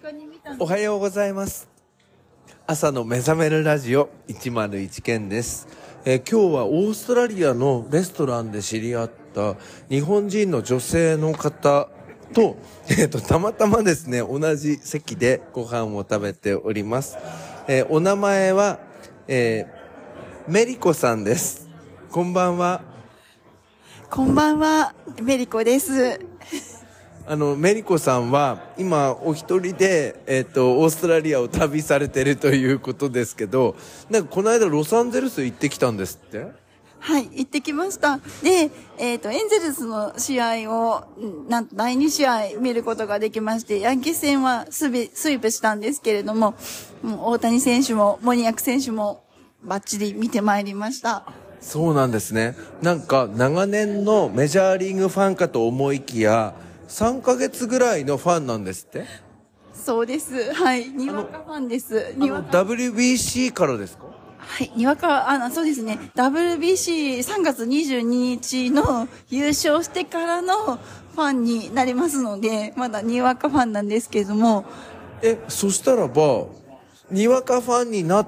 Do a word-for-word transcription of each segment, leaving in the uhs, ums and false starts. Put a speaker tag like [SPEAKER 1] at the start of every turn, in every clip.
[SPEAKER 1] おはようございます。朝の目覚めるラジオいちまるいち県です。えー、今日はオーストラリアのレストランで知り合った日本人の女性の方と、えー、とたまたまですね同じ席でご飯を食べております。えー、お名前は、えー、メリコさんです。こんばんは。
[SPEAKER 2] こんばんは、メリコです。
[SPEAKER 1] あのメリコさんは今お一人で、えー、とオーストラリアを旅されてるということですけど、なんかこの間ロサンゼルス行ってきたんですって？
[SPEAKER 2] はい、行ってきました。で、えっ、ー、とエンゼルスの試合をなんとだいに試合見ることができまして、ヤンキース戦はスビスイープしたんですけれども、もう大谷選手もモニアク選手もバッチリ見てまいりました。
[SPEAKER 1] そうなんですね。なんか長年のメジャーリーグファンかと思いきやさんかげつぐらいのファンなんですって？
[SPEAKER 2] そうです。はい、にわかファンです。にわか
[SPEAKER 1] ダブリュービーシー からですか？
[SPEAKER 2] はい、にわか、あの、そうですね。ダブリュービーシーさんがつにじゅうににちの優勝してからのファンになりますので、まだにわかファンなんですけれども。
[SPEAKER 1] え、そしたらば、にわかファンになって、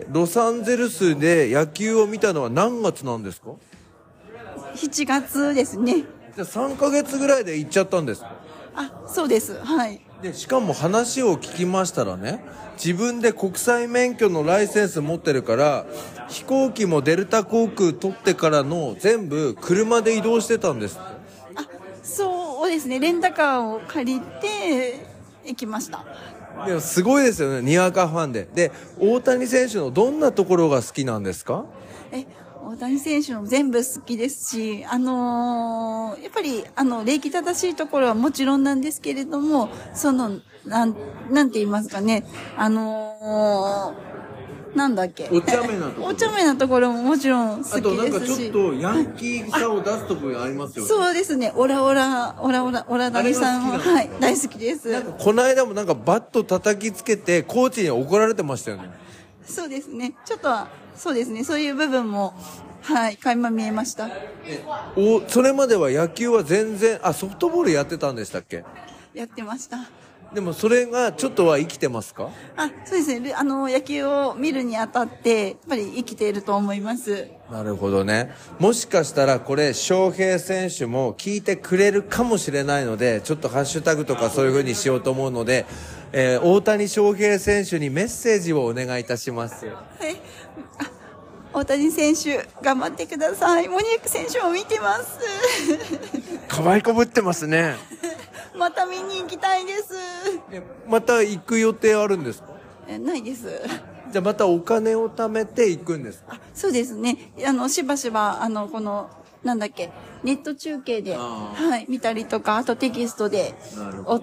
[SPEAKER 1] ロサンゼルスで野球を見たのは何月なんですか？
[SPEAKER 2] しちがつですね。
[SPEAKER 1] じゃあさんかげつぐらいで行っちゃったんですか？
[SPEAKER 2] あ、そうです。はい。
[SPEAKER 1] で、しかも話を聞きましたらね、自分で国際免許のライセンス持ってるから、飛行機もデルタ航空取ってからの全部車で移動してたんです。
[SPEAKER 2] あ、そうですね。レンタカーを借りて行きました。
[SPEAKER 1] でもすごいですよね、にわかファンで。で、大谷選手のどんなところが好きなんですか？
[SPEAKER 2] え、大谷選手の全部好きですし、あのー、やっぱり、あの、礼儀正しいところはもちろんなんですけれども、その、なん、なんて言いますかね、あのー、なんだっけ。
[SPEAKER 1] お茶目なところ。
[SPEAKER 2] お茶目なところももちろん好きですし。
[SPEAKER 1] あとなんかちょっとヤンキーさを出すところがありますよね。
[SPEAKER 2] そうですね。オラオラ、オラオラ、オラダニさんは、はい、大好きです。
[SPEAKER 1] なんかこの間もなんかバット叩きつけて、コーチに怒られてましたよね。
[SPEAKER 2] そうですね。ちょっとは、そうですね。そういう部分も、はい、垣間見えました。
[SPEAKER 1] お、それまでは野球は全然、あ、ソフトボールやってたんでしたっけ？
[SPEAKER 2] やってました。
[SPEAKER 1] でもそれがちょっとは生きてますか？
[SPEAKER 2] あ、そうですね。あの、野球を見るにあたって、やっぱり生きていると思います。
[SPEAKER 1] なるほどね。もしかしたらこれ、翔平選手も聞いてくれるかもしれないので、ちょっとハッシュタグとかそういう風にしようと思うので、えー、大谷翔平選手にメッセージをお願いいたします。
[SPEAKER 2] はい。あ、大谷選手、頑張ってください。モニアク選手も見てます。
[SPEAKER 1] 可愛いこぶってますね。
[SPEAKER 2] また見に行きたいです。
[SPEAKER 1] え、また行く予定あるんですか？
[SPEAKER 2] え、ないです。
[SPEAKER 1] じゃあまたお金を貯めて行くんですか？
[SPEAKER 2] あ、そうですね。あの、しばしば、あの、この、なんだっけ、ネット中継で、はい、見たりとか、あとテキストで追って、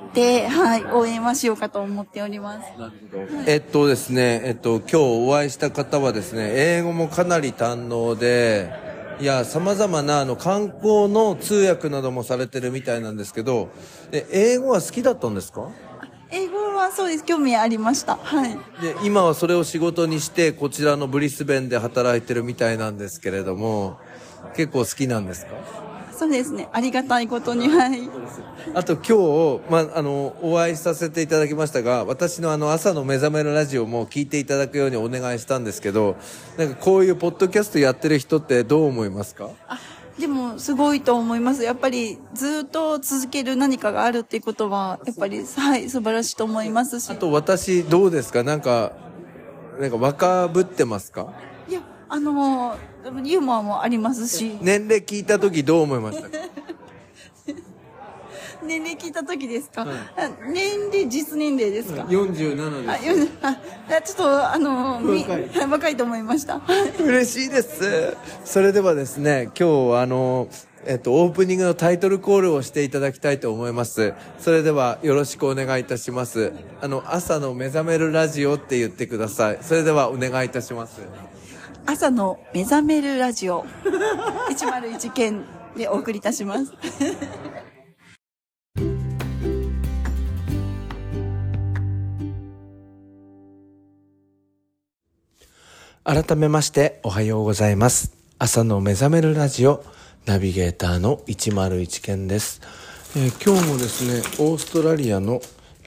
[SPEAKER 2] はい、応援はしようかと思っております。
[SPEAKER 1] なるほど。はい、えっとですね、えっと、今日お会いした方はですね、英語もかなり堪能で、いや、様々なあの観光の通訳などもされてるみたいなんですけど、で、英語は好きだったんですか？
[SPEAKER 2] 英語はそうです。興味ありました。はい。
[SPEAKER 1] で、今はそれを仕事にして、こちらのブリスベンで働いてるみたいなんですけれども、結構好きなんですか？
[SPEAKER 2] そうですね。ありがたいことに、はい。
[SPEAKER 1] あと今日、まあ、あの、お会いさせていただきましたが、私のあの、朝の目覚めるラジオも聞いていただくようにお願いしたんですけど、なんかこういうポッドキャストやってる人ってどう思いますか？
[SPEAKER 2] あ、でも、すごいと思います。やっぱり、ずっと続ける何かがあるっていうことは、やっぱり、はい、素晴らしいと思いますし。
[SPEAKER 1] あと私、どうですか？なんか、なんか若ぶってますか？
[SPEAKER 2] いや、あの、ユーモアもありますし。
[SPEAKER 1] 年齢聞いた時どう思いましたか？
[SPEAKER 2] 年齢聞いた時ですか？はい、年齢、実年齢ですか？
[SPEAKER 1] よんじゅうななです。
[SPEAKER 2] あ、あ、ちょっと、あの、
[SPEAKER 1] 若い。
[SPEAKER 2] 若いと思いました。
[SPEAKER 1] 嬉しいです。それではですね、今日はあの、えっと、オープニングのタイトルコールをしていただきたいと思います。それではよろしくお願いいたします。あの、朝の目覚めるラジオって言ってください。それではお願いいたします。
[SPEAKER 2] 朝の目覚めるラジオいちまるいち県でお送りいたします。
[SPEAKER 1] 改めましておはようございます。朝の目覚めるラジオナビゲーターのいちまるいち県です。えー、今日もですね、オーストラリアの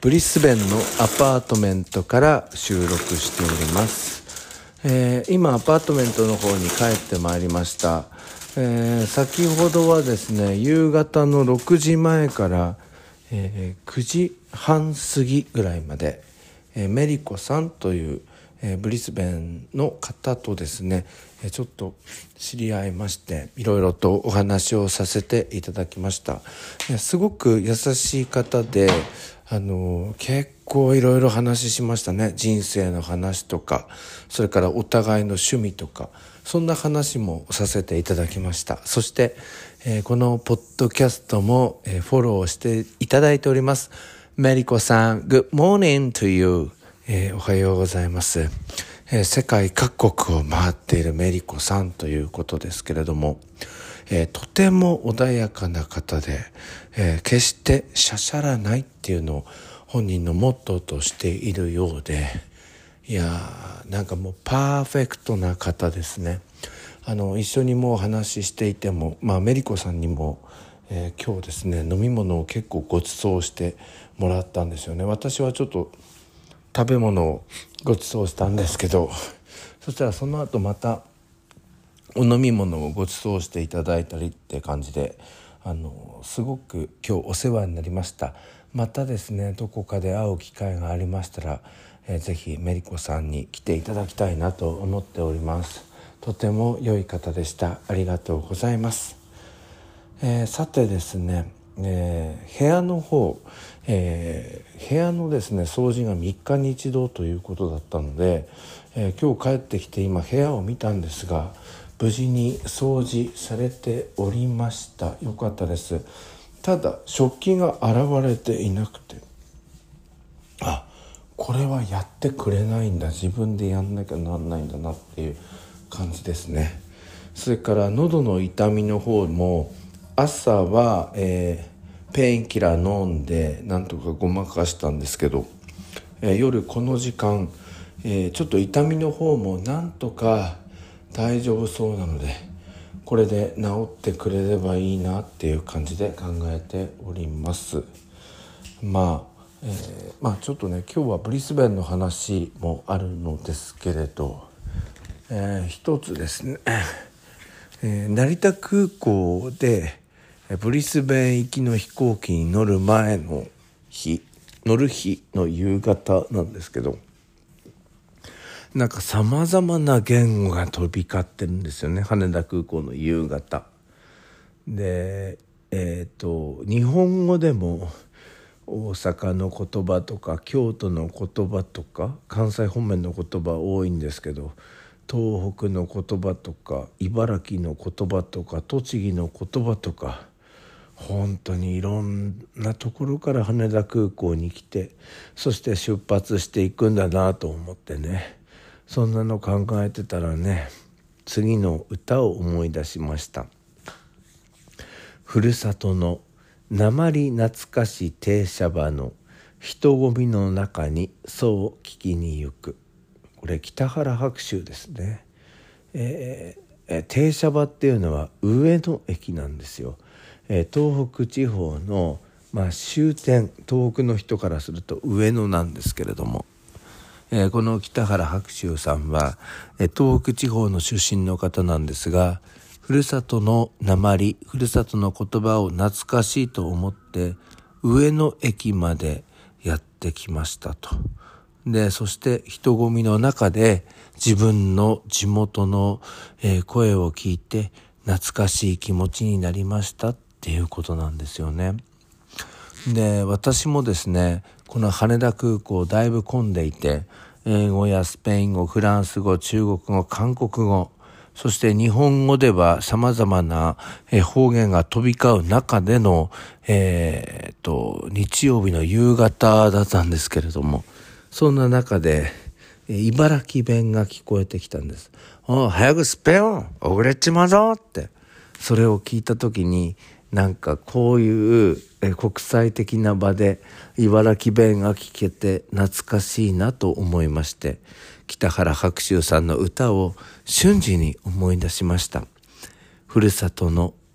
[SPEAKER 1] ブリスベンのアパートメントから収録しております。えー、今アパートメントの方に帰ってまいりました。えー、先ほどはですね、夕方のろくじまえから、えー、くじはん過ぎぐらいまで、えー、メリコさんという、えー、ブリスベンの方とですね、えー、ちょっと知り合いまして、いろいろとお話をさせていただきました。いや、すごく優しい方で、あの結構いろいろ話しましたね。人生の話とか、それからお互いの趣味とか、そんな話もさせていただきました。そして、えー、このポッドキャストも、えー、フォローしていただいております。メリコさん、Good morning to you、えー、おはようございます、えー。世界各国を回っているメリコさんということですけれども、えー、とても穏やかな方で、えー、決してしゃしゃらないっていうのを本人のモットーとしているようで、いやーなんかもうパーフェクトな方ですね。あの一緒にもうお話ししていても、まあ、メリコさんにも、えー、今日ですね飲み物を結構ご馳走してもらったんですよね。私はちょっと食べ物をご馳走したんですけど、そしたらその後またお飲み物をご馳走していただいたりって感じで、あのすごく今日お世話になりました。またですねどこかで会う機会がありましたら、えー、ぜひメリコさんに来ていただきたいなと思っております。とても良い方でした。ありがとうございます。えー、さてですね、えー、部屋の方、えー、部屋のですね掃除がみっかに一度ということだったので、えー、今日帰ってきて今部屋を見たんですが、無事に掃除されておりました。よかったです。ただ食器が現れていなくて、あ、これはやってくれないんだ、自分でやんなきゃなんないんだなっていう感じですね。それから喉の痛みの方も朝は、えー、ペインキラー飲んでなんとかごまかしたんですけど、えー、夜この時間、えー、ちょっと痛みの方もなんとか大丈夫そうなので、これで治ってくれればいいなっていう感じで考えております。まあ、えー、まあちょっとね今日はブリスベンの話もあるのですけれど、えー、一つですね、えー、成田空港でブリスベン行きの飛行機に乗る前の日、乗る日の夕方なんですけど、なんか様々な言語が飛び交ってるんですよね。羽田空港の夕方で、えっと日本語でも大阪の言葉とか京都の言葉とか関西方面の言葉多いんですけど、東北の言葉とか茨城の言葉とか栃木の言葉とか、本当にいろんなところから羽田空港に来て、そして出発していくんだなと思ってね、そんなの考えてたらね、次の歌を思い出しました。ふるさとの鉛懐かし停車場の人混みの中にそう聞きに行く。これ北原白秋ですね。えー、停車場っていうのは上野駅なんですよ。えー、東北地方の、まあ、終点、東北の人からすると上野なんですけれども、えー、この北原白秋さんは、えー、東北地方の出身の方なんですが、ふるさとの訛、ふるさとの言葉を懐かしいと思って上野駅までやってきましたと。で、そして人混みの中で自分の地元の、えー、声を聞いて懐かしい気持ちになりましたっていうことなんですよね。で、私もですね、この羽田空港だいぶ混んでいて、英語やスペイン語、フランス語、中国語、韓国語、そして日本語では様々な方言が飛び交う中での、えー、と日曜日の夕方だったんですけれども、そんな中で茨城弁が聞こえてきたんです。お、早くスペよ、遅れちまうぞって。それを聞いたときに、なんかこういう国際的な場で茨城弁が聞けて懐かしいなと思いまして、北原白秋さんの歌を瞬時に思い出しました。ふるさとの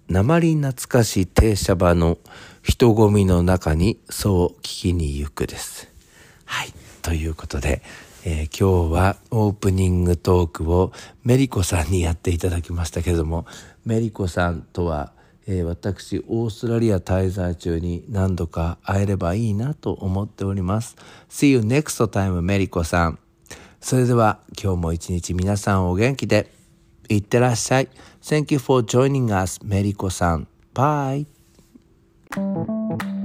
[SPEAKER 1] 鉛懐かし停車場の人混みの中にそう聞きに行くです。はい。ということで、えー、今日はオープニングトークをメリコさんにやっていただきましたけれども、メリコさんとは、えー、私オーストラリア滞在中に何度か会えればいいなと思っております。See you next time メリコさん。それでは今日も一日皆さんお元気でいってらっしゃい。Thank you for joining us メリコさん。Bye.